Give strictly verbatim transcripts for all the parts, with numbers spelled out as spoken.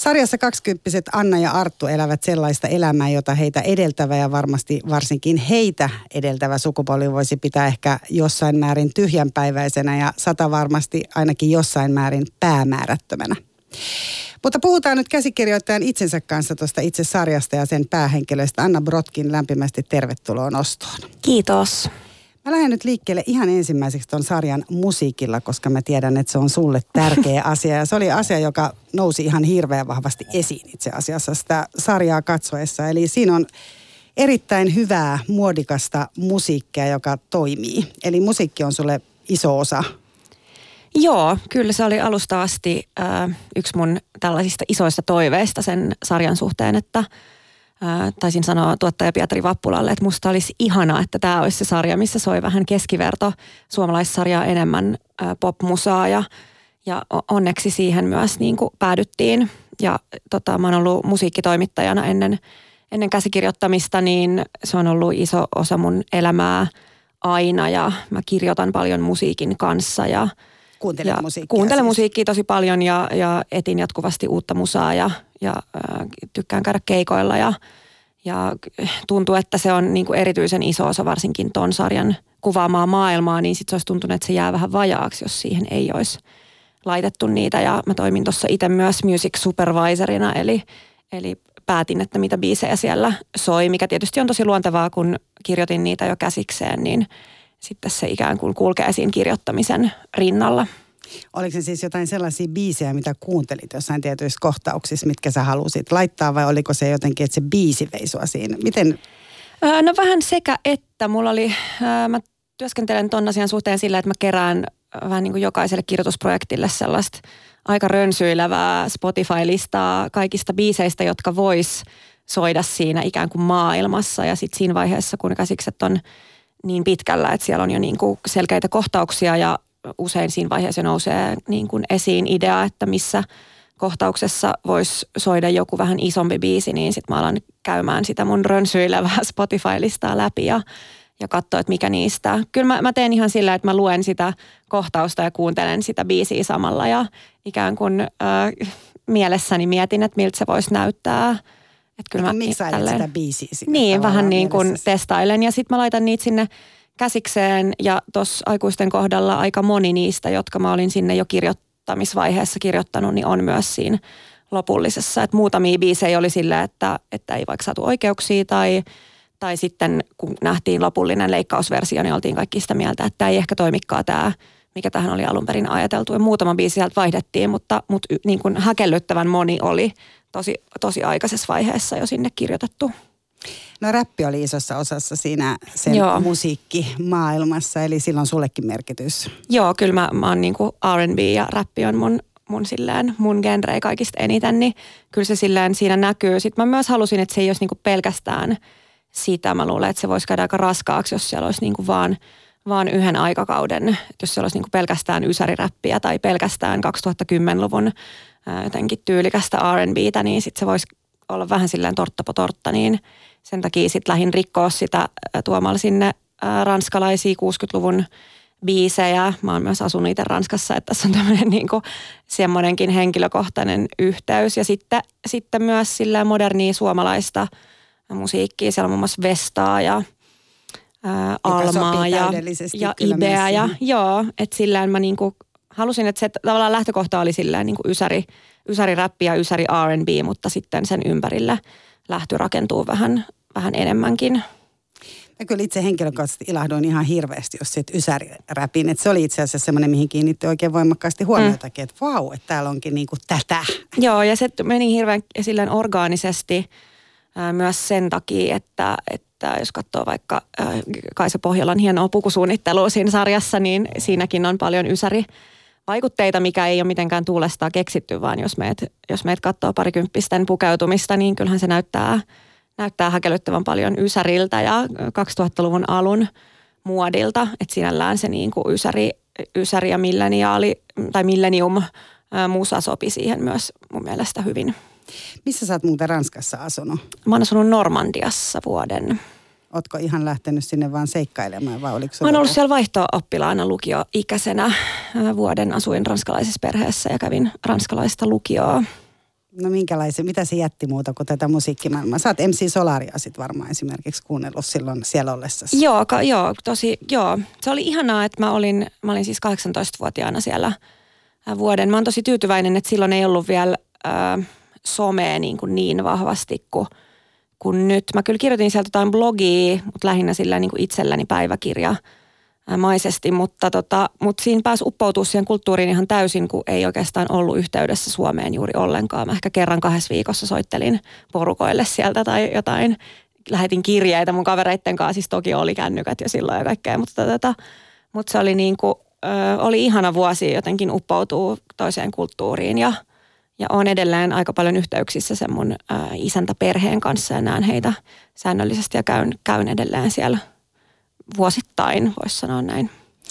Sarjassa kaksikymppiset Anna ja Arttu elävät sellaista elämää, jota heitä edeltävä ja varmasti varsinkin heitä edeltävä sukupolvi voisi pitää ehkä jossain määrin tyhjänpäiväisenä ja sata varmasti ainakin jossain määrin päämäärättömänä. Mutta puhutaan nyt käsikirjoittajan itsensä kanssa tuosta itse sarjasta ja sen päähenkilöistä. Anna Brodkin, lämpimästi tervetuloa nostoon. Kiitos. Mä lähden nyt liikkeelle ihan ensimmäiseksi ton sarjan musiikilla, koska mä tiedän, että se on sulle tärkeä asia. Ja se oli asia, joka nousi ihan hirveän vahvasti esiin itse asiassa sitä sarjaa katsoessa. Eli siinä on erittäin hyvää, muodikasta musiikkia, joka toimii. Eli musiikki on sulle iso osa. Joo, kyllä se oli alusta asti äh, yksi mun tällaisista isoista toiveista sen sarjan suhteen, että äh, taisin sanoa tuottaja Pietari Vappulalle, että musta olisi ihanaa, että tämä olisi se sarja, missä soi vähän keskiverto suomalaissarjaa enemmän äh, popmusaa ja, ja onneksi siihen myös niin kuin päädyttiin. Ja tota, mä oon ollut musiikkitoimittajana ennen, ennen käsikirjoittamista, niin se on ollut iso osa mun elämää aina ja mä kirjoitan paljon musiikin kanssa ja Kuuntelet musiikkia. Kuuntelen siis. musiikkia tosi paljon ja, ja etin jatkuvasti uutta musaa ja, ja äh, tykkään käydä keikoilla ja, ja tuntuu, että se on niin kuin erityisen iso osa varsinkin ton sarjan kuvaamaa maailmaa, niin sit se olisi tuntunut, että se jää vähän vajaaksi, jos siihen ei olisi laitettu niitä. Ja mä toimin tuossa itse myös music supervisorina, eli, eli päätin, että mitä biisejä siellä soi, mikä tietysti on tosi luontevaa, kun kirjoitin niitä jo käsikseen, niin sitten se ikään kuin kulkee siinä kirjoittamisen rinnalla. Oliko se siis jotain sellaisia biisejä, mitä kuuntelit jossain tietyissä kohtauksissa, mitkä sä halusit laittaa, vai oliko se jotenkin, että se biisi vei sua siinä? Miten? No vähän sekä että. Mulla oli, mä työskentelen ton asian suhteen sillä, että mä kerään vähän niin kuin jokaiselle kirjoitusprojektille sellaista aika rönsyilevää Spotify-listaa kaikista biiseistä, jotka vois soida siinä ikään kuin maailmassa. Ja sitten siinä vaiheessa, kun käsikset on niin pitkällä, että siellä on jo niin kuin selkeitä kohtauksia ja usein siinä vaiheessa nousee niin kuin esiin idea, että missä kohtauksessa voisi soida joku vähän isompi biisi, niin sitten mä alan käymään sitä mun rönsyilevää Spotify-listaa läpi ja, ja katsoa, että mikä niistä. Kyllä mä, mä teen ihan sillä, että mä luen sitä kohtausta ja kuuntelen sitä biisiä samalla ja ikään kuin äh, mielessäni mietin, että miltä se voisi näyttää. Että kyllä mä miksi tälleen sitä biisiä sinne? Niin, vähän niin kuin testailen ja sitten mä laitan niitä sinne käsikseen ja tuossa aikuisten kohdalla aika moni niistä, jotka mä olin sinne jo kirjoittamisvaiheessa kirjoittanut, niin on myös siinä lopullisessa. Että muutamia biisejä oli sillä, että, että ei vaikka saatu oikeuksia tai, tai sitten kun nähtiin lopullinen leikkausversio, niin oltiin kaikki sitä mieltä, että tämä ei ehkä toimikaan tämä, mikä tähän oli alun perin ajateltu. Ja muutama biisi sieltä vaihdettiin, mutta, mutta niin kuin häkellyttävän moni oli tosi, tosi aikaisessa vaiheessa jo sinne kirjoitettu. No räppi oli isossa osassa siinä sen Joo. musiikkimaailmassa, eli silloin sullekin merkitys. Joo, kyllä mä, mä oon niinku R and B ja räppi on mun, mun silleen, mun genrei kaikista eniten, niin kyllä se silleen siinä näkyy. Sitten mä myös halusin, että se ei olisi niinku pelkästään sitä. Mä luulen, että se voisi käydä aika raskaaksi, jos siellä olisi niinku vaan, vaan yhden aikakauden. Että jos siellä olisi niinku pelkästään ysäriräppiä tai pelkästään kaksituhattakymmenluvun ää, jotenkin tyylikästä R and B:tä, niin sitten se voisi olla vähän silleen tortta po tortta, niin sen takia sitten lähdin rikkoa sitä tuomalla sinne ää, ranskalaisia kuusikymmentäluvun biisejä. Mä oon myös asunut itse Ranskassa, että tässä on tämmöinen niinku semmoinenkin henkilökohtainen yhteys. Ja sitten, sitten myös silleen modernia suomalaista musiikkia. Siellä on muun muassa Vestaa ja ää, Almaa ja, ja Ideä. Ja, joo, että silleen mä niinku halusin, että se tavallaan lähtökohta oli silleen niinku ysäri, ysäriräppi ja ysäri R and B, mutta sitten sen ympärillä lähty rakentuu vähän, vähän enemmänkin. Mä kyllä itse henkilökohtaisesti ilahduin ihan hirveästi, jos sit ysäriräpin. Että se oli itse asiassa semmoinen, mihin kiinnitti oikein voimakkaasti huomiotakin, mm. että vau, että täällä onkin niinku tätä. Joo, ja se meni hirveän silleen orgaanisesti äh, myös sen takia, että, että jos katsoo vaikka äh, Kaisa Pohjolan hienoa pukusuunnittelua siinä sarjassa, niin siinäkin on paljon ysäri vaikutteita, mikä ei ole mitenkään tuulestaan keksitty, vaan jos meet, jos meet katsoo parikymppisten pukeutumista, niin kyllähän se näyttää, näyttää häkellyttävän paljon ysäriltä ja kaksituhattaluvun alun muodilta. Että sinällään se niin kuin ysäri, ysäri ja milleniaali tai millenium musa sopi siihen myös mun mielestä hyvin. Missä sä oot muuten Ranskassa asunut? Mä oon asunut Normandiassa vuoden. Ootko ihan lähtenyt sinne vaan seikkailemaan vai oliko se? Mä oon ollut siellä vaihto-oppilaana lukioikäisenä. Vuoden asuin ranskalaisessa perheessä ja kävin ranskalaista lukioa. No minkälaisia, mitä se jätti muuta kuin tätä musiikkimaailmaa? Sä oot M C Solaria sit varmaan esimerkiksi kuunnellut silloin siellä ollessasi. Joo, ka, joo, tosi, joo. Se oli ihanaa, että mä olin, mä olin siis kahdeksantoistavuotiaana siellä vuoden. Mä oon tosi tyytyväinen, että silloin ei ollut vielä äh, somea niin, kuin niin vahvasti kuin, kuin nyt. Mä kyllä kirjoitin sieltä jotain blogia, mutta lähinnä sillä niin kuin itselläni päiväkirja maisesti, mutta, tota, mutta siinä pääsi uppoutua siihen kulttuuriin ihan täysin, kun ei oikeastaan ollut yhteydessä Suomeen juuri ollenkaan. Mä ehkä kerran kahdessa viikossa soittelin porukoille sieltä tai jotain. Lähetin kirjeitä mun kavereitten kanssa, siis toki oli kännykät jo silloin ja kaikkea, mutta, tota, mutta se oli, niin kuin, ö, oli ihana vuosi jotenkin uppoutua toiseen kulttuuriin ja, ja olen edelleen aika paljon yhteyksissä sen mun ö, isäntäperheen kanssa ja näen heitä säännöllisesti ja käyn, käyn edelleen siellä vuosittain, voisi sanoa näin.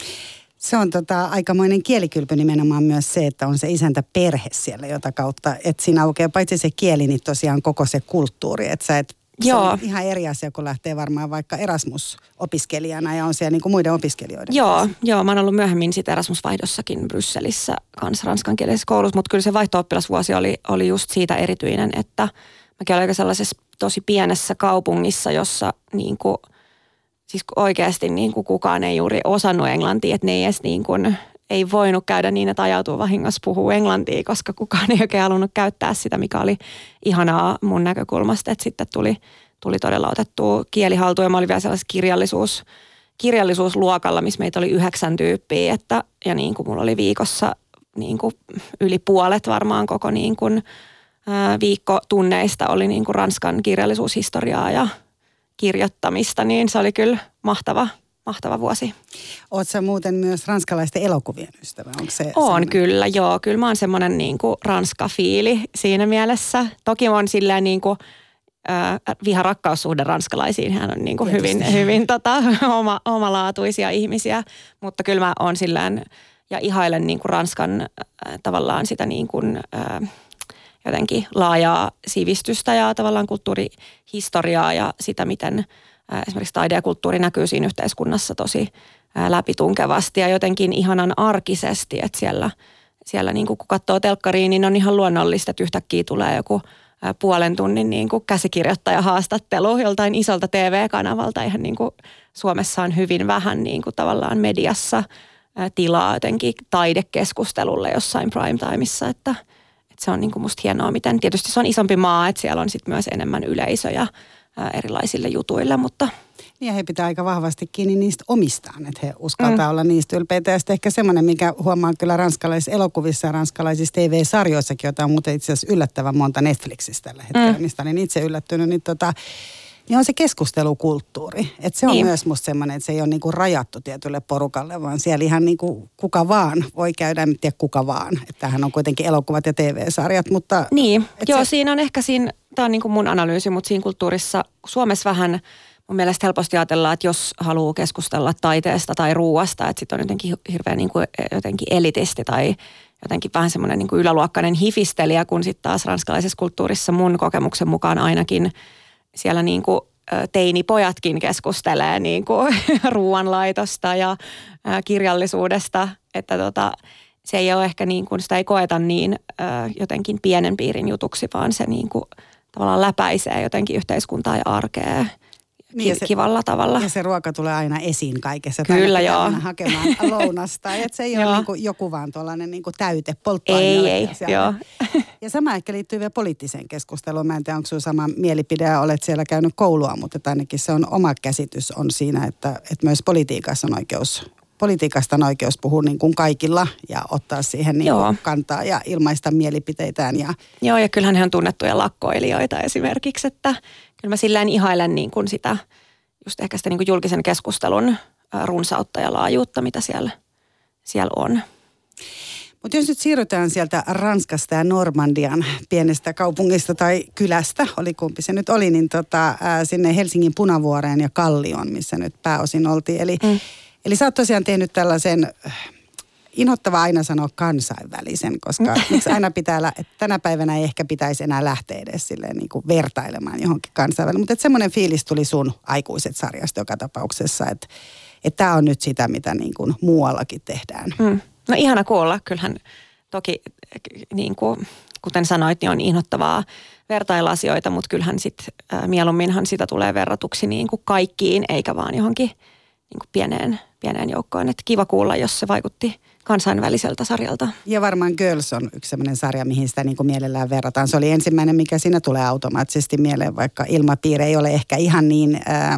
Se on tota, aikamoinen kielikylpy nimenomaan myös se, että on se isäntäperhe siellä, jota kautta, että siinä aukeaa paitsi se kieli, niin tosiaan koko se kulttuuri, että sä et, se on ihan eri asia, kun lähtee varmaan vaikka Erasmus-opiskelijana ja on siellä niin kuin muiden opiskelijoiden. Joo, joo, mä oon ollut myöhemmin sitten Erasmus-vaihdossakin Brysselissä kanssa ranskankielisessä koulussa, mutta kyllä se vaihto-oppilasvuosi oli, oli just siitä erityinen, että mäkin olin aika sellaisessa tosi pienessä kaupungissa, jossa niin kuin siis oikeasti niin kuin kukaan ei juuri osannut englantia, että ne ei edes niin kuin, ei voinut käydä niin, että ajautuu vahingossa puhua englantia, koska kukaan ei oikein halunnut käyttää sitä, mikä oli ihanaa mun näkökulmasta, että sitten tuli, tuli todella otettua kieli haltuun ja mä olin vielä sellaisessa kirjallisuus, kirjallisuusluokalla, missä meitä oli yhdeksän tyyppiä, että, ja niin kuin mulla oli viikossa niin kuin yli puolet varmaan koko niin kuin, ää, viikkotunneista oli niin kuin Ranskan kirjallisuushistoriaa ja kirjoittamista, niin se oli kyllä mahtava, mahtava vuosi. Oot sä muuten myös ranskalaisten elokuvien ystävä? Onko se on semmoinen? Kyllä, joo. Kyllä mä oon semmoinen niin kuin ranska-fiili siinä mielessä. Toki mä oon silleen niin kuin äh, viha-rakkaussuhde ranskalaisiin. Hän on niin kuin hyvin, hyvin tota, oma, omalaatuisia ihmisiä, mutta kyllä mä oon silleen ja ihailen niin kuin Ranskan äh, tavallaan sitä niin kuin äh, jotenkin laajaa sivistystä ja tavallaan kulttuurihistoriaa ja sitä, miten esimerkiksi taide ja kulttuuri näkyy siinä yhteiskunnassa tosi läpitunkevasti ja jotenkin ihanan arkisesti, että siellä, siellä niin kun katsoo telkkariin, niin on ihan luonnollista, että yhtäkkiä tulee joku puolen tunnin niin kuin käsikirjoittajahaastattelu joltain isolta T V-kanavalta. Ihan niin kuin Suomessa on hyvin vähän niin kuin tavallaan mediassa tilaa jotenkin taidekeskustelulle jossain primetimeissa, että se on niin kuin musta hienoa, miten tietysti se on isompi maa, että siellä on sitten myös enemmän yleisöjä erilaisille jutuille, mutta niin ja he pitää aika vahvasti kiinni niistä omistaan, että he uskaltaa mm. olla niistä ylpeitä. Ja sitten ehkä semmoinen, mikä huomaa kyllä ranskalaisissa elokuvissa ja ranskalaisissa T V-sarjoissakin, jota on muuten itse asiassa yllättävän monta Netflixissä tällä hetkellä, mm. mistä olin itse yllättynyt, niin tota, niin on se keskustelukulttuuri. Että se on niin. myös musta semmoinen, että se ei ole niinku rajattu tietylle porukalle, vaan siellä ihan niinku kuka vaan voi käydä, en tiedä kuka vaan. Että tämähän on kuitenkin elokuvat ja T V-sarjat, mutta niin, joo, se siinä on ehkä siinä, tämä on niinku mun analyysi, mutta siinä kulttuurissa Suomessa vähän mun mielestä helposti ajatellaan, että jos haluaa keskustella taiteesta tai ruuasta, että sitten on jotenkin hirveän niinku, jotenkin elitisti tai jotenkin vähän semmoinen niinku yläluokkainen hifistelijä, kun sitten taas ranskalaisessa kulttuurissa mun kokemuksen mukaan ainakin siellä niin kuin teinipojatkin keskustelee niin kuin ruoanlaitosta ja kirjallisuudesta, että tota, se ei ole ehkä niin kuin, sitä ei koeta niin jotenkin pienen piirin jutuksi, vaan se niin kuin tavallaan läpäisee jotenkin yhteiskuntaa ja arkea niin ja se, kivalla tavalla. Ja se ruoka tulee aina esiin kaikessa. Kyllä joo. Aina hakemaan lounasta. Että se ei ole niin kuin joku vaan tuollainen niin kuin täyte polttoaineelle. Ei, ei, joo. Ja sama ehkä liittyy vielä poliittiseen keskusteluun. Mä en tiedä, onko sinulla sama mielipide ja olet siellä käynyt koulua, mutta ainakin se on oma käsitys on siinä, että, että myös politiikassa on oikeus, politiikasta on oikeus puhua niin kuin kaikilla ja ottaa siihen niin kuin kantaa ja ilmaista mielipiteitään. Ja joo, ja kyllähän he on tunnettuja lakkoilijoita esimerkiksi, että kyllä mä silleen ihailen niin kuin sitä, just ehkä sitä niin kuin julkisen keskustelun runsautta ja laajuutta, mitä siellä, siellä on. Mutta jos nyt siirrytään sieltä Ranskasta ja Normandian pienestä kaupungista tai kylästä, oli kumpi se nyt oli, niin tota, ää, sinne Helsingin Punavuoreen ja Kallioon, missä nyt pääosin oltiin. Eli, mm. eli sä oot tosiaan tehnyt tällaisen, inhottava aina sanoa kansainvälisen, koska miksi aina pitää, että tänä päivänä ei ehkä pitäisi enää lähteä edes silleen niin kuin vertailemaan johonkin kansainvälisen. Mutta semmoinen fiilis tuli sun aikuiset sarjasta joka tapauksessa, että tämä on nyt sitä, mitä niin kuin muuallakin tehdään. Mm. No ihana kuulla. Kyllähän toki niin kuin kuten sanoit, niin on inhottavaa vertailla asioita, mutta kyllähän sitten mieluumminhan sitä tulee verratuksi niin kuin kaikkiin, eikä vaan johonkin niin kuin pieneen, pieneen joukkoon. Että kiva kuulla, jos se vaikutti kansainväliseltä sarjalta. Ja varmaan Girls on yksi sellainen sarja, mihin sitä niin kuin mielellään verrataan. Se oli ensimmäinen, mikä siinä tulee automaattisesti mieleen, vaikka ilmapiiri ei ole ehkä ihan niin Ää,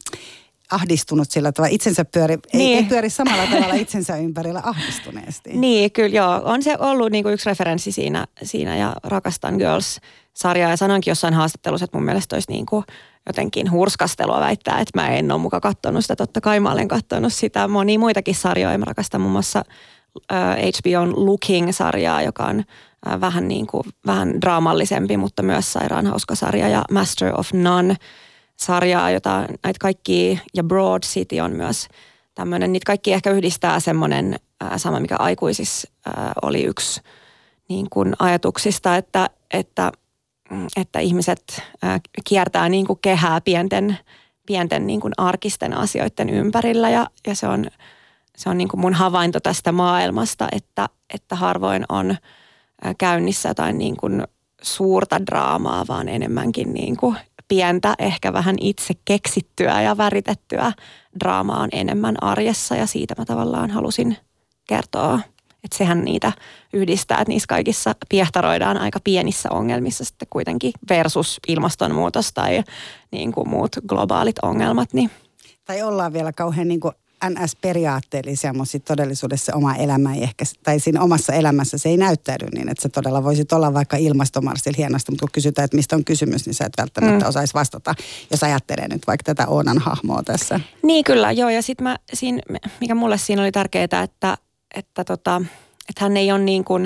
ahdistunut sillä tavalla. Itsensä pyöri, niin. ei, ei pyöri samalla tavalla itsensä ympärillä ahdistuneesti. Niin, kyllä joo. On se ollut niinku yksi referenssi siinä, siinä ja rakastan Girls-sarjaa. Ja sanoinkin jossain haastattelussa, että mun mielestä olisi niinku jotenkin hurskastelua väittää, että mä en ole muka katsonut sitä. Totta kai mä olen katsonut sitä. Monia muitakin sarjoja. Mä rakastan muun muassa äh, H B O:n Looking-sarjaa, joka on äh, vähän, niinku, vähän draamallisempi, mutta myös sairaan hauska sarja. Ja Master of None sarjaa, jota näitä kaikki, ja Broad City on myös tämmöinen, niitä kaikki ehkä yhdistää semmoinen ää, sama, mikä aikuisissa ää, oli yksi niin kuin ajatuksista, että, että, että ihmiset ää, kiertää niin kuin kehää pienten, pienten niin kuin arkisten asioiden ympärillä, ja, ja se on, se on niin kuin mun havainto tästä maailmasta, että, että harvoin on ää, käynnissä jotain niin kuin suurta draamaa, vaan enemmänkin niin kuin pientä, ehkä vähän itse keksittyä ja väritettyä draamaa on enemmän arjessa, ja siitä mä tavallaan halusin kertoa, että sehän niitä yhdistää, että niissä kaikissa piehtaroidaan aika pienissä ongelmissa sitten kuitenkin versus ilmastonmuutos tai niin kuin muut globaalit ongelmat. Niin. Tai ollaan vielä kauhean niin kuin N S-periaatteellisia, mutta sitten todellisuudessa oma elämä ei ehkä, tai siinä omassa elämässä se ei näyttäydy niin, että sä todella voisit olla vaikka ilmastomarssilla hienosti, mutta kun kysytään, että mistä on kysymys, niin sä et välttämättä mm. osaisi vastata, jos ajattelee nyt vaikka tätä Oonan hahmoa tässä. Niin kyllä, joo, ja sitten mä, siinä, mikä mulle siinä oli tärkeää, että, että, tota, että hän ei ole niin kuin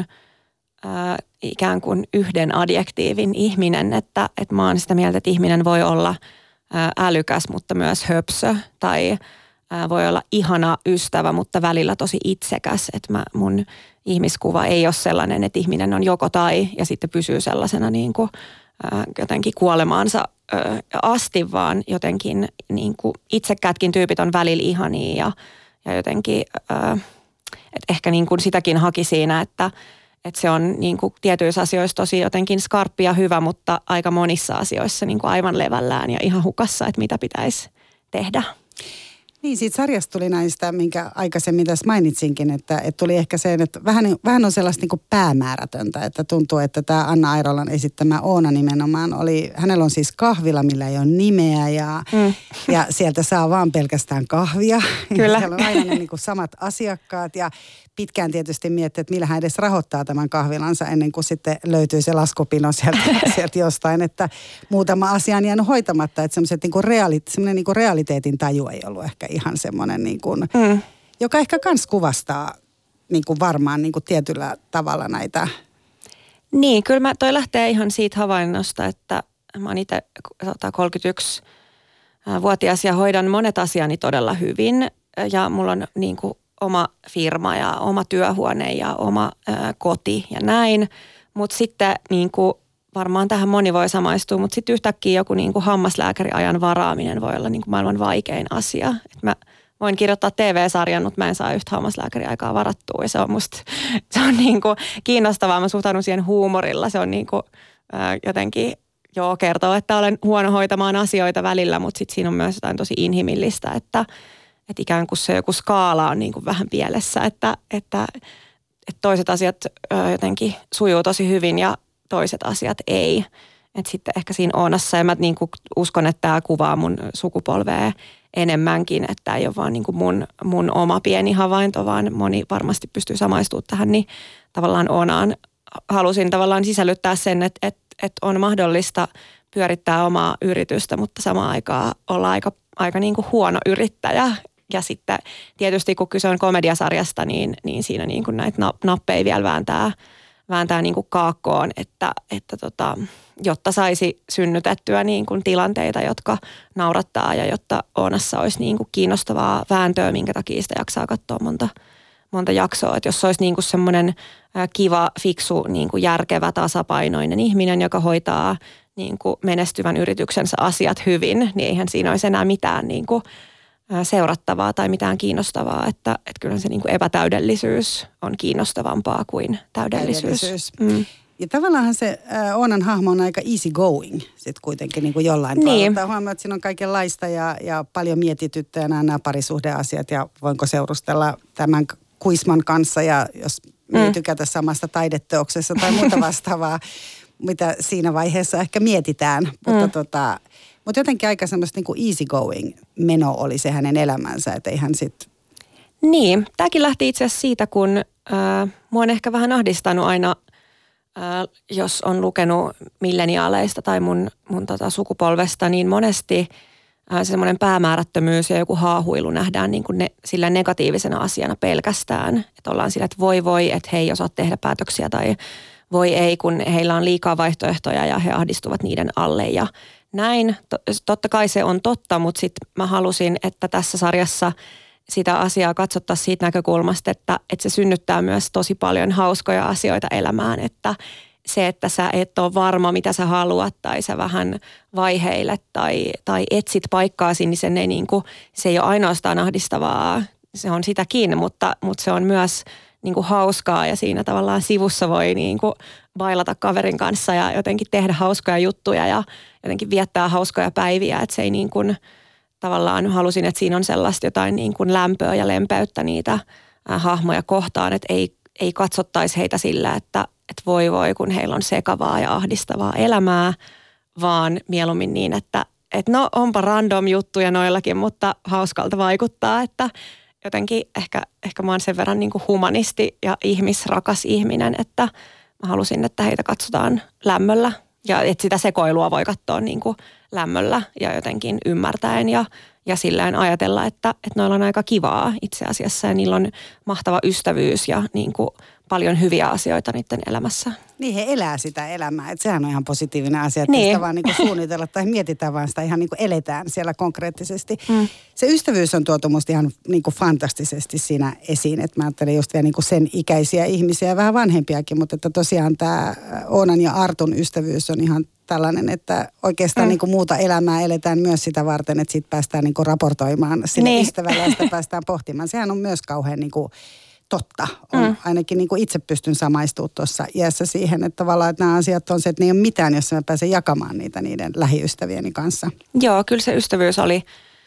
äh, ikään kuin yhden adjektiivin ihminen, että, että mä oon sitä mieltä, että ihminen voi olla äh, älykäs, mutta myös höpsö, tai voi olla ihana ystävä, mutta välillä tosi itsekäs. Että mä, mun ihmiskuva ei ole sellainen, että ihminen on joko tai ja sitten pysyy sellaisena niin kuin, ää, jotenkin kuolemaansa ää, asti, vaan jotenkin niin kuin itsekäätkin tyypit on välillä ihania ja, ja jotenkin ää, et ehkä niin kuin sitäkin haki siinä, että, että se on niin kuin tietyissä asioissa tosi jotenkin skarppi ja hyvä, mutta aika monissa asioissa niin kuin aivan levällään ja ihan hukassa, että mitä pitäisi tehdä. Niin, siitä sarjasta tuli näistä, minkä aikaisemmin tässä mainitsinkin, että, että tuli ehkä se, että vähän, vähän on sellaista niin kuin päämäärätöntä, että tuntuu, että tämä Anna Airolan esittämä Oona nimenomaan oli, hänellä on siis kahvila, millä ei ole nimeä ja, mm. ja sieltä saa vaan pelkästään kahvia. Kyllä. Siellä on aina ne niin kuin samat asiakkaat ja pitkään tietysti miettii, että millä hän edes rahoittaa tämän kahvilansa ennen kuin sitten löytyy se laskupino sieltä, sieltä jostain, että muutama asia on jäänyt hoitamatta, että semmoiset niin kuin reali, semmoinen niin kuin realiteetin taju ei ollut ehkä ihan semmoinen, niin kuin, mm. joka ehkä kans kuvastaa niin kuin varmaan niin kuin tietyllä tavalla näitä. Niin, kyllä mä, toi lähtee ihan siitä havainnosta, että mä oon itse kolmekymmentäyksi-vuotias ja hoidan monet asiani todella hyvin ja mulla on niin kuin oma firma ja oma työhuone ja oma ää, koti ja näin, mutta sitten niin kuin varmaan tähän moni voi samaistua, mutta sitten yhtäkkiä joku niin kuin hammaslääkäriajan varaaminen voi olla niin kuin maailman vaikein asia. Et mä voin kirjoittaa T V-sarjan, mutta mä en saa yhtä hammaslääkäriaikaa varattua ja se on musta, se on niin kuin kiinnostavaa. Mä suhtaudun siihen huumorilla. Se on niin kuin ää, jotenkin, joo, kertoo, että olen huono hoitamaan asioita välillä, mutta sitten siinä on myös jotain tosi inhimillistä, että, että ikään kuin se joku skaala on niin kuin vähän pielessä, että, että, että toiset asiat ää, jotenkin sujuu tosi hyvin ja toiset asiat ei. Että sitten ehkä siinä Oonassa, ja mä niin kuin uskon, että tämä kuvaa mun sukupolvea enemmänkin, että ei ole vaan niin kuin mun, mun oma pieni havainto, vaan moni varmasti pystyy samaistumaan tähän, niin tavallaan Oonaan halusin tavallaan sisällyttää sen, että, että, että on mahdollista pyörittää omaa yritystä, mutta samaan aikaan olla aika, aika niin kuin huono yrittäjä. Ja sitten tietysti kun kyse on komediasarjasta, niin, niin siinä niin kuin näitä nappeja vielä vääntää, vääntää niin kuin kaakkoon, että, että tota, jotta saisi synnytettyä niin kuin tilanteita, jotka naurattaa ja jotta Oonassa olisi niin kuin kiinnostavaa vääntöä, minkä takia sitä jaksaa katsoa monta, monta jaksoa. Että jos olisi niin kuin semmoinen kiva, fiksu, niin kuin järkevä, tasapainoinen ihminen, joka hoitaa niin kuin menestyvän yrityksensä asiat hyvin, niin eihän siinä olisi enää mitään niin kuin seurattavaa tai mitään kiinnostavaa, että, että kyllä se niin kuin epätäydellisyys on kiinnostavampaa kuin täydellisyys. täydellisyys. Mm. Ja tavallaan se äh, Oonan hahmo on aika easy going sitten kuitenkin niin kuin jollain tavalla. Niin. Ottaa huomioon, että siinä on kaikenlaista ja, ja paljon mietityttä ja nämä, nämä parisuhdeasiat ja voinko seurustella tämän Kuisman kanssa ja jos me ei mm. tykätä samasta taideteoksessa tai muuta vastaavaa, mitä siinä vaiheessa ehkä mietitään. Mm. Mutta, tota, mutta jotenkin aika semmoista niin kuin easy going meno oli se hänen elämänsä, että ei hän sitten... Niin, tämäkin lähti itse asiassa siitä, kun äh, mua on ehkä vähän ahdistanut aina, äh, jos on lukenut milleniaaleista tai mun, mun tota sukupolvesta, niin monesti äh, semmoinen päämäärättömyys ja joku haahuilu nähdään niin kuin ne, sillä negatiivisena asiana pelkästään. Että ollaan sillä, että voi voi, että he ei osaa tehdä päätöksiä tai voi ei, kun heillä on liikaa vaihtoehtoja ja he ahdistuvat niiden alle ja näin. Totta kai se on totta, mutta sitten mä halusin, että tässä sarjassa sitä asiaa katsottaisiin siitä näkökulmasta, että, että se synnyttää myös tosi paljon hauskoja asioita elämään, että se, että sä et ole varma, mitä sä haluat tai sä vähän vaiheilet tai, tai etsit paikkaasi, niin sen ei niin kuin, se ei ole ainoastaan ahdistavaa, se on sitäkin, mutta, mutta se on myös niin kuin hauskaa ja siinä tavallaan sivussa voi niin kuin bailata kaverin kanssa ja jotenkin tehdä hauskoja juttuja ja jotenkin viettää hauskoja päiviä, että se ei niin kuin tavallaan halusin, että siinä on sellaista jotain niin kuin lämpöä ja lempeyttä niitä äh, hahmoja kohtaan, että ei, ei katsottaisi heitä sillä, että, että voi voi, kun heillä on sekavaa ja ahdistavaa elämää, vaan mieluummin niin, että, että no onpa random juttuja noillakin, mutta hauskalta vaikuttaa, että jotenkin ehkä, ehkä mä oon sen verran niin kuin humanisti ja ihmisrakas ihminen, että mä halusin, että heitä katsotaan lämmöllä ja että sitä sekoilua voi katsoa niin kuin lämmöllä ja jotenkin ymmärtäen ja, ja silleen ajatella, että, että noilla on aika kivaa itse asiassa ja niillä on mahtava ystävyys ja niin kuin paljon hyviä asioita niiden elämässä. Niin, he elää sitä elämää, että sehän on ihan positiivinen asia, että niin. sitä vaan niin kuin suunnitella tai mietitään, vaan sitä ihan niin kuin eletään siellä konkreettisesti. Mm. Se ystävyys on tuotu musta ihan niin kuin fantastisesti siinä esiin, että mä ajattelen just vielä niin kuin sen ikäisiä ihmisiä ja vähän vanhempiakin, mutta että tosiaan tämä Oonan ja Artun ystävyys on ihan tällainen, että oikeastaan mm. niin kuin muuta elämää eletään myös sitä varten, että siitä päästään niin kuin raportoimaan sille niin. ystävälle ja sitä päästään pohtimaan. Sehän on myös kauhean niin kuin totta. On, mm. Ainakin niin kuin itse pystyn samaistumaan tuossa iässä siihen, että tavallaan että nämä asiat on se, että ne ei ole mitään, jos mä pääsen jakamaan niitä niiden lähiystävieni kanssa. Joo, kyllä se ystävyys oli,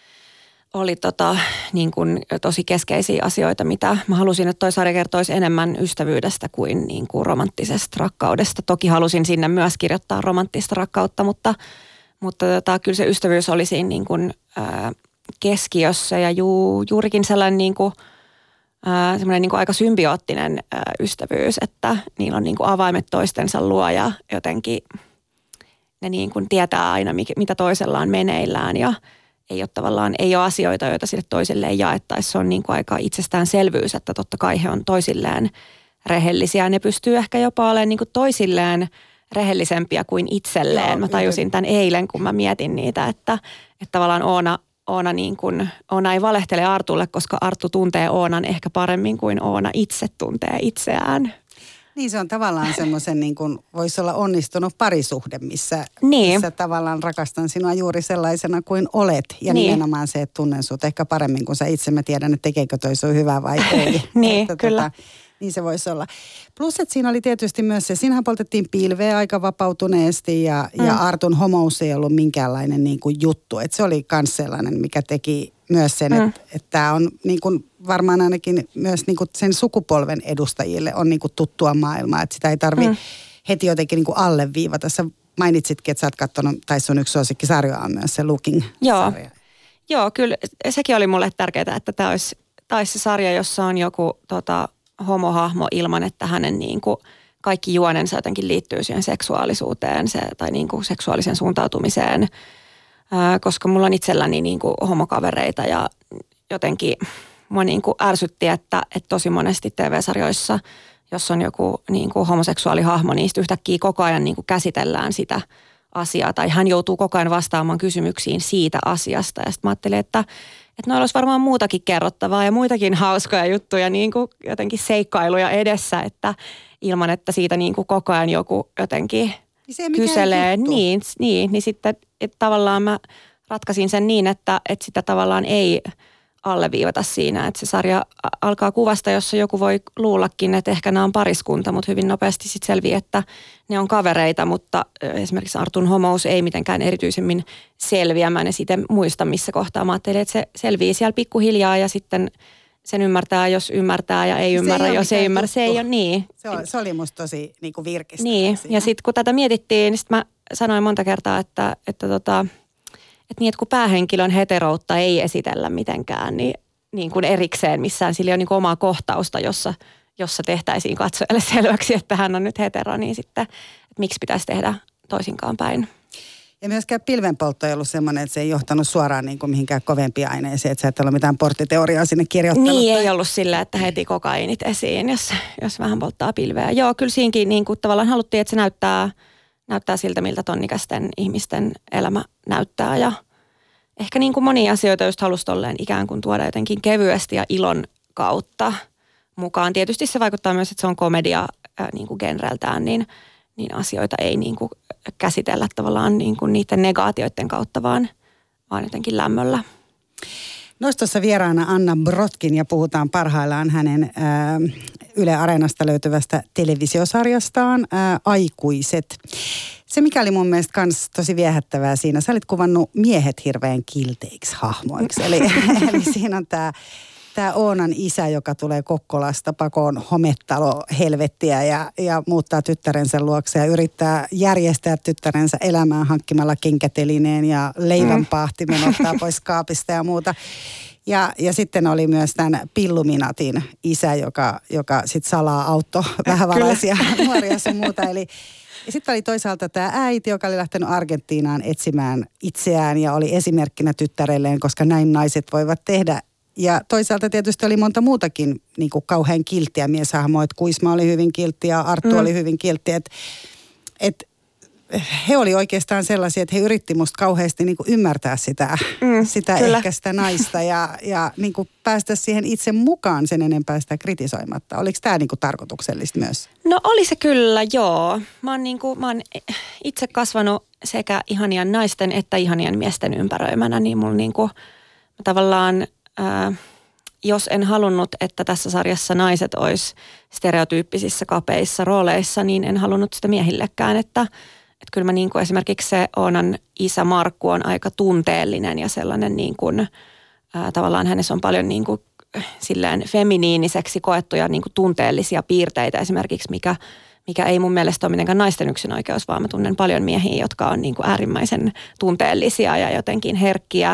oli tota, niin kuin tosi keskeisiä asioita, mitä mä halusin, että toi sarja kertoisi enemmän ystävyydestä kuin, niin kuin romanttisesta rakkaudesta. Toki halusin sinne myös kirjoittaa romanttista rakkautta, mutta, mutta tota, kyllä se ystävyys oli siinä niin kuin, ää, keskiössä ja ju, juurikin sellainen niin kuin Äh, semmoinen niin kuin aika symbioottinen äh, ystävyys, että niillä on niin kuin avaimet toistensa luo ja jotenkin ne niin kuin tietää aina, mikä, mitä toisella on meneillään ja ei ole tavallaan, ei ole asioita, joita sille toisilleen jaettaisiin. Se on niin kuin aika itsestäänselvyys, että totta kai he on toisilleen rehellisiä. Ne pystyy ehkä jopa olemaan niin kuin toisilleen rehellisempiä kuin itselleen. Joo, mä tajusin tämän eilen, kun mä mietin niitä, että, että tavallaan Oona Oona, niin kuin, Oona ei valehtele Artulle, koska Arttu tuntee Oonan ehkä paremmin kuin Oona itse tuntee itseään. Niin se on tavallaan semmoisen, niin kuin voisi olla onnistunut parisuhde, missä, niin. missä tavallaan rakastan sinua juuri sellaisena kuin olet. Ja niin. nimenomaan se, että tunnen sut ehkä paremmin kuin sä itse. Mä tiedän, että tekeekö toi sun hyvää vai ei. niin, että, kyllä. Tota, niin se voisi olla. Plus, että siinä oli tietysti myös se, siinähän poltettiin pilveä aika vapautuneesti ja, mm. ja Artun homous ei ollut minkäänlainen niin kuin juttu. Että se oli myös sellainen, mikä teki myös sen, mm. että että tämä on niin kuin varmaan ainakin myös niin kuin sen sukupolven edustajille on niin kuin tuttua maailmaa. Että sitä ei tarvitse mm. heti jotenkin niin kuin alleviivata. Sä mainitsitkin, että sä oot katsonut, tai sun yksi suosikkisarja on myös se Looking-sarja. Joo. Joo, kyllä sekin oli mulle tärkeää, että tämä olisi, tämä olisi se sarja, jossa on joku tota, homohahmo ilman, että hänen niin kuin kaikki juonensa jotenkin liittyy siihen seksuaalisuuteen se, tai niin kuin seksuaaliseen suuntautumiseen, ää, koska mulla on itselläni niin kuin homokavereita ja jotenkin mua niin kuin ärsytti, että, että tosi monesti T V-sarjoissa, jos on joku niin kuin homoseksuaalihahmo, niin yhtäkkiä koko ajan niin kuin käsitellään sitä asiaa tai hän joutuu koko ajan vastaamaan kysymyksiin siitä asiasta ja sitten mä ajattelin, että Että noilla olisi varmaan muutakin kerrottavaa ja muitakin hauskoja juttuja, niin kuin jotenkin seikkailuja edessä, että ilman, että siitä niin kuin koko ajan joku jotenkin niin kyselee. Niin, niin, niin sitten että tavallaan mä ratkaisin sen niin, että, että sitä tavallaan ei alleviivata siinä, että se sarja alkaa kuvasta, jossa joku voi luullakin, että ehkä nämä on pariskunta, mutta hyvin nopeasti sitten selviää, että ne on kavereita, mutta esimerkiksi Artun homous ei mitenkään erityisemmin selviä. Mä en sitten muista, missä kohtaa mä ajattelin, että se selviää siellä pikkuhiljaa ja sitten sen ymmärtää, jos ymmärtää ja ei ymmärrä, ei jos ei ymmärrä. Se ei ole niin. Se, on, se oli musta tosi niin kuin virkistävää. Niin, siinä. Ja sitten kun tätä mietittiin, niin sitten mä sanoin monta kertaa, että, että, tota, että, niin, että kun päähenkilön heteroutta ei esitellä mitenkään, niin, niin kuin erikseen missään, sillä ei ole niin kuin omaa kohtausta, jossa, jossa tehtäisiin katsojalle selväksi, että hän on nyt hetero, niin sitten, että miksi pitäisi tehdä toisinkaan päin. Ja myöskään pilvenpoltto ei ollut semmoinen, että se ei johtanut suoraan niin kuin mihinkään kovempiin aineisiin, että sä et ole mitään porttiteoriaa sinne kirjoittanut. Niin, ei ollut sillä, että heti kokainit esiin, jos, jos vähän polttaa pilveä. Joo, kyllä siinkin niin kuin tavallaan haluttiin, että se näyttää, näyttää siltä, miltä tonnikäisten ihmisten elämä näyttää. Ja ehkä niin kuin monia asioita just halusi tolleen ikään kuin tuoda jotenkin kevyesti ja ilon kautta mukaan. Tietysti se vaikuttaa myös, että se on komedia äh, niin kuin genreltään, niin niin asioita ei niin kuin käsitellä tavallaan niin kuin niiden negaatioiden kautta, vaan, vaan jotenkin lämmöllä. Nostossa vieraana Anna Brotkin ja puhutaan parhaillaan hänen ää, Yle Areenasta löytyvästä televisiosarjastaan ää, Aikuiset. Se mikä oli mun mielestä kans tosi viehättävää siinä, sä olit kuvannut miehet hirveän kilteiksi hahmoiksi. Eli, eli siinä on tää Tämä Oonan isä, joka tulee Kokkolasta pakoon hometalo helvettiä ja, ja muuttaa tyttärensä luokse ja yrittää järjestää tyttärensä elämään hankkimalla kenkätelineen ja leivänpaahtimen ottaa pois kaapista ja muuta. Ja, ja sitten oli myös tämän Pilluminatin isä, joka, joka sitten salaa auttoi vähävaraisia nuoria sun muuta. Eli ja sitten oli toisaalta tämä äiti, joka oli lähtenyt Argentiinaan etsimään itseään ja oli esimerkkinä tyttärelleen, koska näin naiset voivat tehdä. Ja toisaalta tietysti oli monta muutakin niin kuin kauhean kilttiä mieshahmoa, että Kuisma oli hyvin kiltti ja Arttu mm. oli hyvin kiltti. Että et, he oli oikeastaan sellaisia, että he yritti musta kauheasti niin kuin ymmärtää sitä, mm, sitä ehkä sitä naista ja, ja niin kuin päästä siihen itse mukaan sen enempää sitä kritisoimatta. Oliko tämä niin kuin tarkoituksellista myös? No oli se kyllä, joo. Mä oon, niin kuin, mä oon itse kasvanut sekä ihanien naisten että ihanien miesten ympäröimänä, niin mulla niin kuin, tavallaan... Ää, jos en halunnut, että tässä sarjassa naiset olisi stereotyyppisissä kapeissa rooleissa, niin en halunnut sitä miehillekään. Että, että kyllä mä niin kuin esimerkiksi se Oonan isä Markku on aika tunteellinen ja sellainen niin kuin, ää, tavallaan hänessä on paljon niin kuin, silleen feminiiniseksi koettuja niin kuin tunteellisia piirteitä esimerkiksi, mikä, mikä ei mun mielestä ole mitenkään naisten yksinoikeus, vaan mä tunnen paljon miehiä, jotka on niin kuin äärimmäisen tunteellisia ja jotenkin herkkiä.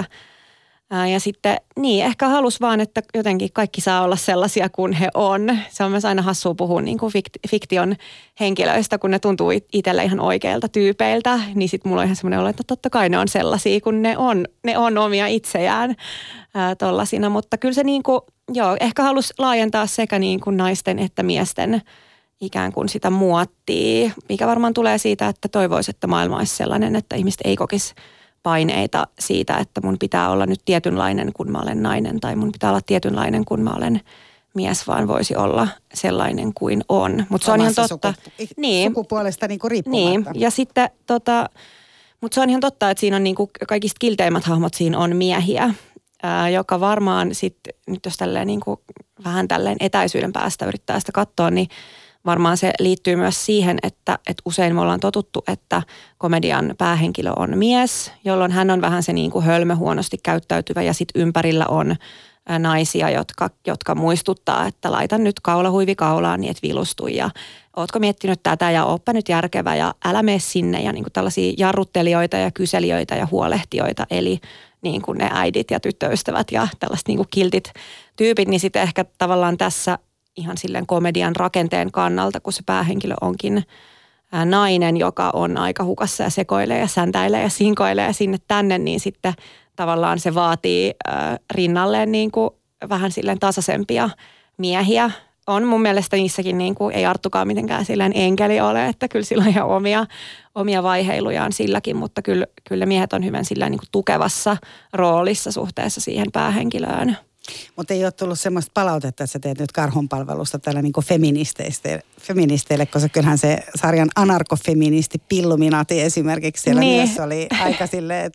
Ja sitten, niin, ehkä halus vaan, että jotenkin kaikki saa olla sellaisia kuin he on. Se on myös aina hassua puhua niin kuin fiktion henkilöistä, kun ne tuntuu itselle ihan oikeilta tyypeiltä. Niin sitten mulla on ihan semmoinen olo, että totta kai ne on sellaisia, kun ne on, ne on omia itseään ää, tollasina. Mutta kyllä se niin kuin, joo, ehkä halus laajentaa sekä niin kuin naisten että miesten ikään kuin sitä muottia, mikä varmaan tulee siitä, että toivoisi, että maailma olisi sellainen, että ihmiset ei kokisi paineita siitä, että mun pitää olla nyt tietynlainen, kun mä olen nainen, tai mun pitää olla tietynlainen, kun mä olen mies, vaan voisi olla sellainen kuin on. Mutta se on ihan totta. Sukupu- niin. Sukupuolesta niinku riippumatta. Niin, ja sitten tota, mutta se on ihan totta, että siinä on niinku kaikista kilteimmät hahmot siinä on miehiä, ää, joka varmaan sitten, nyt jos tälleen niinku vähän tälleen etäisyyden päästä yrittää sitä katsoa, niin varmaan se liittyy myös siihen, että, että usein me ollaan totuttu, että komedian päähenkilö on mies, jolloin hän on vähän se niin kuin hölmö, huonosti käyttäytyvä ja sitten ympärillä on naisia, jotka, jotka muistuttaa, että laitan nyt kaulahuivi kaulaan niin, että vilustu ja ootko miettinyt tätä ja ooppa nyt järkevä ja älä mene sinne ja niin kuin tällaisia jarruttelijoita ja kyselijöitä ja huolehtijoita, eli niin kuin ne äidit ja tyttöystävät ja tällaiset niin kuin kiltit tyypit, niin sitten ehkä tavallaan tässä ihan silleen komedian rakenteen kannalta, kun se päähenkilö onkin ää, nainen, joka on aika hukassa ja sekoilee ja säntäilee ja sinkoilee sinne tänne, niin sitten tavallaan se vaatii ää, rinnalleen niin kuin vähän silleen tasaisempia miehiä. On mun mielestä niissäkin, niin kuin, ei Arttukaan mitenkään silleen enkeli ole, että kyllä sillä on ihan omia, omia vaiheilujaan silläkin, mutta kyllä, kyllä miehet on hyvin silleen niin kuin tukevassa roolissa suhteessa siihen päähenkilöön. Mutta ei ole tullut semmoista palautetta, että sä teet nyt karhunpalvelusta tällä niin kuin feministeille, feministeille, koska kyllähän se sarjan anarkofeministi Pilluminati esimerkiksi siellä niin. Myös oli aika silleen, että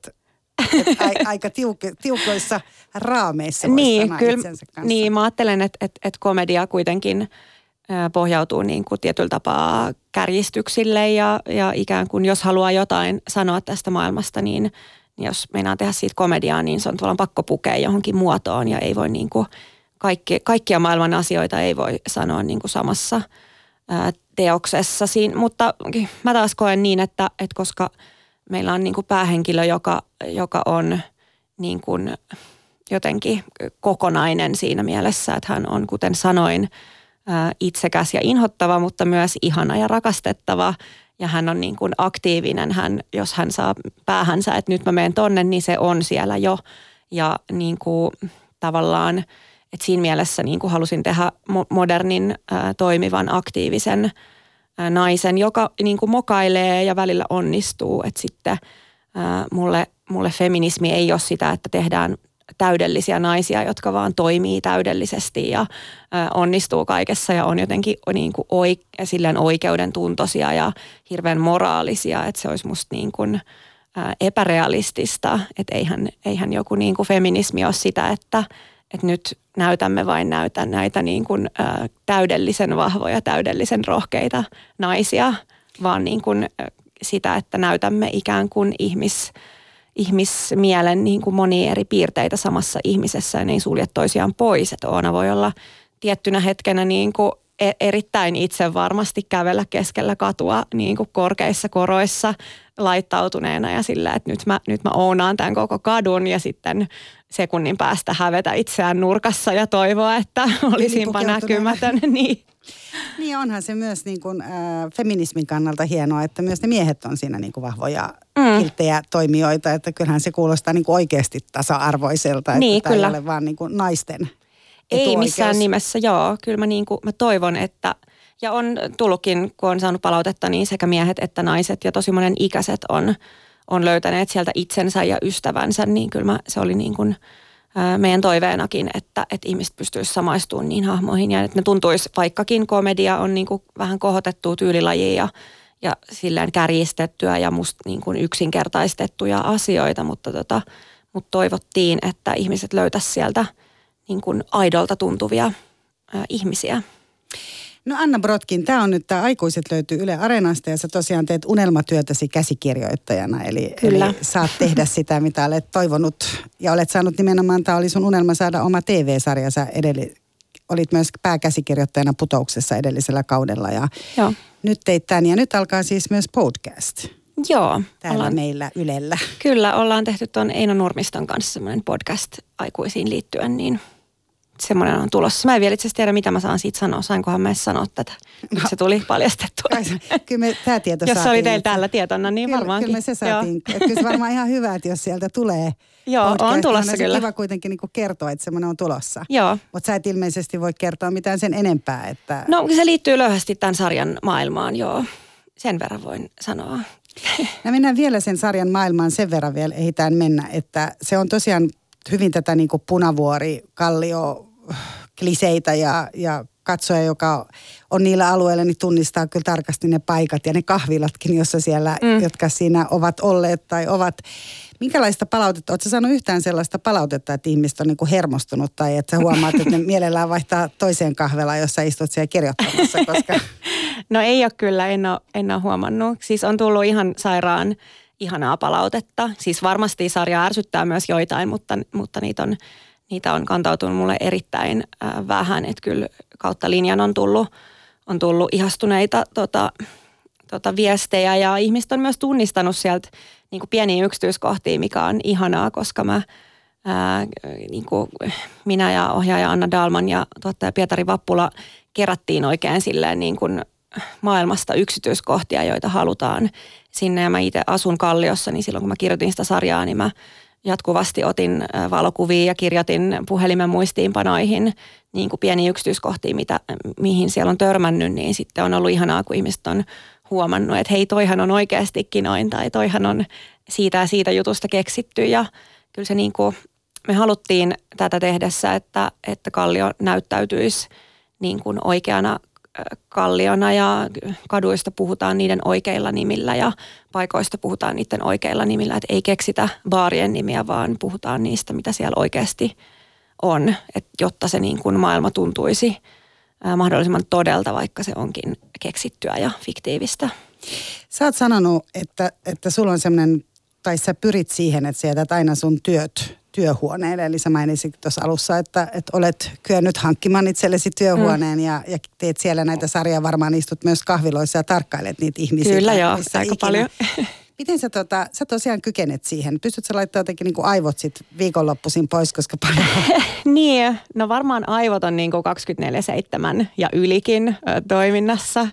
a, aika tiuk- tiukoissa raameissa voisi niin, sanoa kyllä, itsensä kanssa. Niin, mä ajattelen, että, että, että komedia kuitenkin pohjautuu niin kuin tietyllä tapaa kärjistyksille ja, ja ikään kuin jos haluaa jotain sanoa tästä maailmasta, niin, niin jos meinaa tehdä siitä komediaa, niin se on tavallaan pakko pukea johonkin muotoon ja ei voi niin kuin kaikki, kaikkia maailman asioita ei voi sanoa niin kuin samassa ää, teoksessa. Siin, mutta mä taas koen niin, että, että koska meillä on niin kuin päähenkilö, joka, joka on niin kuin jotenkin kokonainen siinä mielessä, että hän on, kuten sanoin, itsekäs ja inhottava, mutta myös ihana ja rakastettava. Ja hän on niin kuin aktiivinen, hän, jos hän saa päähänsä, että nyt mä menen tonne, niin se on siellä jo. Ja niin kuin tavallaan, että siinä mielessä niin kuin halusin tehdä modernin, ää, toimivan, aktiivisen ää, naisen, joka niin kuin mokailee ja välillä onnistuu. Että sitten ää, mulle, mulle feminismi ei ole sitä, että tehdään täydellisiä naisia, jotka vaan toimii täydellisesti ja ä, onnistuu kaikessa ja on jotenkin niin kuin oike, silleen oikeudentuntoisia ja hirveän moraalisia, että se olisi musta niin kuin, ä, epärealistista, että eihän, eihän joku niin kuin feminismi ole sitä, että, että nyt näytämme vain näytä näitä niin kuin, ä, täydellisen vahvoja, täydellisen rohkeita naisia, vaan niin kuin sitä, että näytämme ikään kuin ihmis ihmismielen niin kuin monia eri piirteitä samassa ihmisessä ja ne ei sulje toisiaan pois. Että Oona voi olla tiettynä hetkenä niin kuin erittäin itsevarmasti kävellä keskellä katua niin kuin korkeissa koroissa laittautuneena ja sillä, että nyt mä, nyt mä oonaan tämän koko kadun ja sitten sekunnin päästä hävetä itseään nurkassa ja toivoa, että olisinpa näkymätön. Niin. Niin onhan se myös niin kuin, äh, feminismin kannalta hienoa, että myös ne miehet on siinä niin kuin vahvoja, mm. kilttejä toimijoita, että kyllähän se kuulostaa niin kuin oikeasti tasa-arvoiselta, niin, että tämä ei ole vaan niin kuin naisten ei missään nimessä, joo. Kyllä mä, niin kuin, mä toivon, että, ja on tullutkin, kun on saanut palautetta, niin sekä miehet että naiset ja tosi monen ikäiset on, on löytäneet sieltä itsensä ja ystävänsä, niin kyllä mä, se oli niin kuin meidän toiveenakin, että, että ihmiset pystyisivät samaistumaan niin hahmoihin ja että ne tuntuisi, vaikkakin komedia on niin kuin vähän kohotettua tyylilajia ja, ja silleen kärjistettyä ja musta niin kuin yksinkertaistettuja asioita, mutta, tota, mutta toivottiin, että ihmiset löytäisivät sieltä niin kuin aidolta tuntuvia ää, ihmisiä. No Anna Brodkin, tämä on nyt, tämä Aikuiset löytyy Yle Areenasta ja sä tosiaan teet unelmatyötäsi käsikirjoittajana. Eli, eli saat tehdä sitä, mitä olet toivonut ja olet saanut nimenomaan, tämä oli sun unelma saada oma T V-sarja. Sä edelli, olit myös pääkäsikirjoittajana Putouksessa edellisellä kaudella ja Joo. nyt teit tämän ja nyt alkaa siis myös podcast. Joo. Täällä ollaan, meillä Ylellä. Kyllä, ollaan tehty tuon Eino Nurmiston kanssa semmoinen podcast aikuisiin liittyen, niin semmoinen on tulossa. Mä en vielä itse asiassa tiedä, mitä mä saan siitä sanoa. Sainkohan mä sanoa tätä? Nyt no, se tuli paljastettua. Kyllä me tämä tieto jos saatiin. se oli teillä täällä tietona, niin kyllä, varmaankin. Kyllä me se saatiin. Että kyllä se varmaan ihan hyvä, että jos sieltä tulee Joo, podcast, on tulossa on kyllä. Kiva kuitenkin niin kuin kertoa, että semmoinen on tulossa. Joo. Mutta sä et ilmeisesti voi kertoa mitään sen enempää. Että no se liittyy löyhästi tämän sarjan maailmaan, joo. Sen verran voin sanoa. No mennään vielä sen sarjan maailmaan sen verran vielä, ehditään mennä, että se on tosiaan hyvin tätä niin kuin punavuori, kallio, kliseitä ja, ja katsoja, joka on niillä alueilla, niin tunnistaa kyllä tarkasti ne paikat ja ne kahvilatkin, jossa siellä, mm. jotka siinä ovat olleet tai ovat. Minkälaista palautetta, ootko sä saanut yhtään sellaista palautetta, että ihmiset on niin kuin hermostunut tai että sä huomaat, että ne mielellään vaihtaa toiseen kahvelaan, jossa istut siellä kirjoittamassa, koska no ei ole kyllä, en ole, en ole huomannut. Siis on tullut ihan sairaan ihanaa palautetta. Siis varmasti sarja ärsyttää myös joitain, mutta, mutta niitä, on, niitä on kantautunut mulle erittäin äh, vähän. Että kyllä kautta linjan on tullut, on tullut ihastuneita tota, tota viestejä ja ihmiset on myös tunnistanut sieltä niin kuin pieniä yksityiskohtia, mikä on ihanaa, koska mä, ää, niin kuin minä ja ohjaaja Anna Dahlman ja tuottaja Pietari Vappula kerättiin oikein silleen niin kuin maailmasta yksityiskohtia, joita halutaan sinne. Ja mä itse asun Kalliossa, niin silloin kun mä kirjoitin sitä sarjaa, niin mä jatkuvasti otin valokuvia ja kirjoitin puhelimen muistiinpanoihin niin kuin pieniä yksityiskohtia, mitä, mihin siellä on törmännyt, niin sitten on ollut ihanaa, kun ihmiset on huomannut, että hei, toihan on oikeastikin noin, tai toihan on siitä ja siitä jutusta keksitty. Ja kyllä se niin kuin, me haluttiin tätä tehdessä, että, että Kallio näyttäytyisi niin kuin oikeana kalliona ja kaduista puhutaan niiden oikeilla nimillä ja paikoista puhutaan niiden oikeilla nimillä. Että ei keksitä baarien nimiä, vaan puhutaan niistä, mitä siellä oikeasti on, et jotta se niin kuin maailma tuntuisi ää, mahdollisimman todelta, vaikka se onkin keksittyä ja fiktiivistä. Sä oot sanonut, että, että sulla on semmoinen, tai sä pyrit siihen, että sä jätät aina sun työt työhuoneelle. Eli sä mainisit tuossa alussa, että, että olet kyennyt hankkimaan itsellesi työhuoneen mm. ja, ja teet siellä näitä sarjaa. Varmaan istut myös kahviloissa ja tarkkailet niitä ihmisiä. Kyllä joo, aika ikinä. Paljon. Miten sä, tota, sä tosiaan kykenet siihen? Pystytkö sä laittamaan jotenkin niin kuin aivot sit viikonloppuisin pois, koska paljon... Niin, no varmaan aivot on niin kuin kaksikymmentäneljä seitsemän ja ylikin ö, toiminnassa.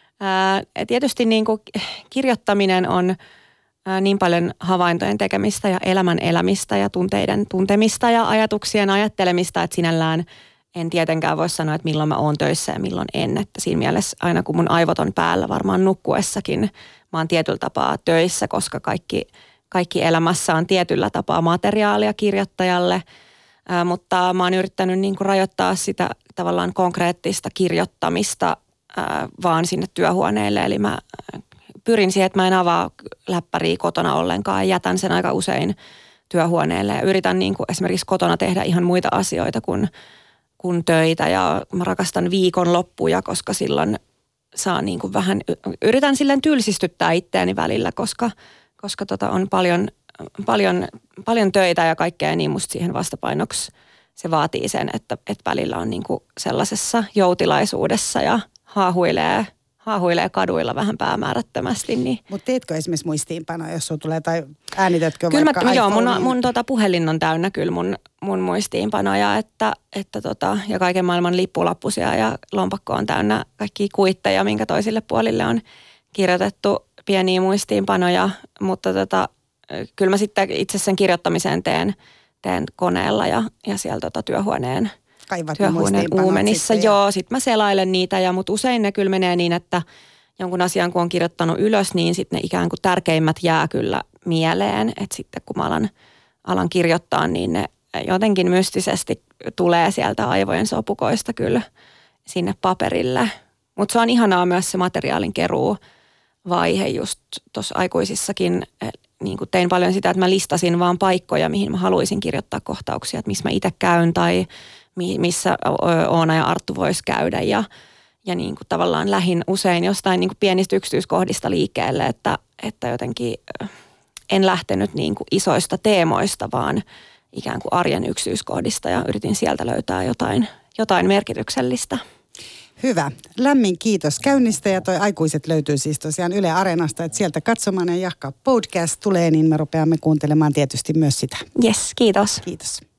Ää, tietysti niin kuin kirjoittaminen on ää, niin paljon havaintojen tekemistä ja elämän elämistä ja tunteiden tuntemista ja ajatuksien ajattelemista, että sinällään en tietenkään voi sanoa, että milloin mä oon töissä ja milloin en. Että siinä mielessä aina kun mun aivot on päällä, varmaan nukkuessakin mä oon tietyllä tapaa töissä, koska kaikki, kaikki elämässä on tietyllä tapaa materiaalia kirjoittajalle. Ää, mutta mä oon yrittänyt niin kuin rajoittaa sitä tavallaan konkreettista kirjoittamista ää, vaan sinne työhuoneelle. Eli mä pyrin siihen, että mä en avaa läppäriä kotona ollenkaan. Jätän sen aika usein työhuoneelle ja yritän niin kuin esimerkiksi kotona tehdä ihan muita asioita kuin kun töitä ja mä rakastan viikonloppuja, koska silloin saa niin kuin vähän, yritän silleen tylsistyttää itseäni välillä, koska, koska tota on paljon, paljon, paljon töitä ja kaikkea, niin musta siihen vastapainoksi se vaatii sen, että, että välillä on niin kuin sellaisessa joutilaisuudessa ja haahuilee, haahuilee kaduilla vähän päämäärättömästi. Niin. Mutta teetkö esimerkiksi muistiinpanoja, jos sulla tulee, tai äänitätkö kyllä vaikka mä, joo, mun, iPhoneen? mun tota, puhelin on täynnä kyllä mun, mun muistiinpanoja, että, että tota, ja kaiken maailman lippulappusia ja lompakko on täynnä kaikkia kuitteja, minkä toisille puolille on kirjoitettu pieniä muistiinpanoja, mutta tota, kyllä mä sitten itse sen kirjoittamisen teen, teen koneella ja, ja siellä tota, työhuoneen Kaivat työhuoneen uumenissa. Sitten, joo, sitten mä selailen niitä, ja mutta usein ne kyllä menee niin, että jonkun asian kun on kirjoittanut ylös, niin sitten ne ikään kuin tärkeimmät jää kyllä mieleen. Että sitten kun mä alan, alan kirjoittaa, niin ne jotenkin mystisesti tulee sieltä aivojen sopukoista kyllä sinne paperille. Mutta se on ihanaa myös se materiaalin keruu vaihe just tuossa aikuisissakin. Niin kuin tein paljon sitä, että mä listasin vaan paikkoja, mihin mä haluaisin kirjoittaa kohtauksia, että missä mä itse käyn tai missä Oona ja Arttu vois käydä ja, ja niin kuin tavallaan lähin usein jostain niin kuin pienistä yksityiskohdista liikkeelle, että, että jotenkin en lähtenyt niin kuin isoista teemoista, vaan ikään kuin arjen yksityiskohdista ja yritin sieltä löytää jotain, jotain merkityksellistä. Hyvä. Lämmin kiitos käynnistä ja toi Aikuiset löytyy siis tosiaan Yle Areenasta, että sieltä katsomaan ja jahkaa podcast tulee, niin me rupeamme kuuntelemaan tietysti myös sitä. Yes, kiitos. Kiitos.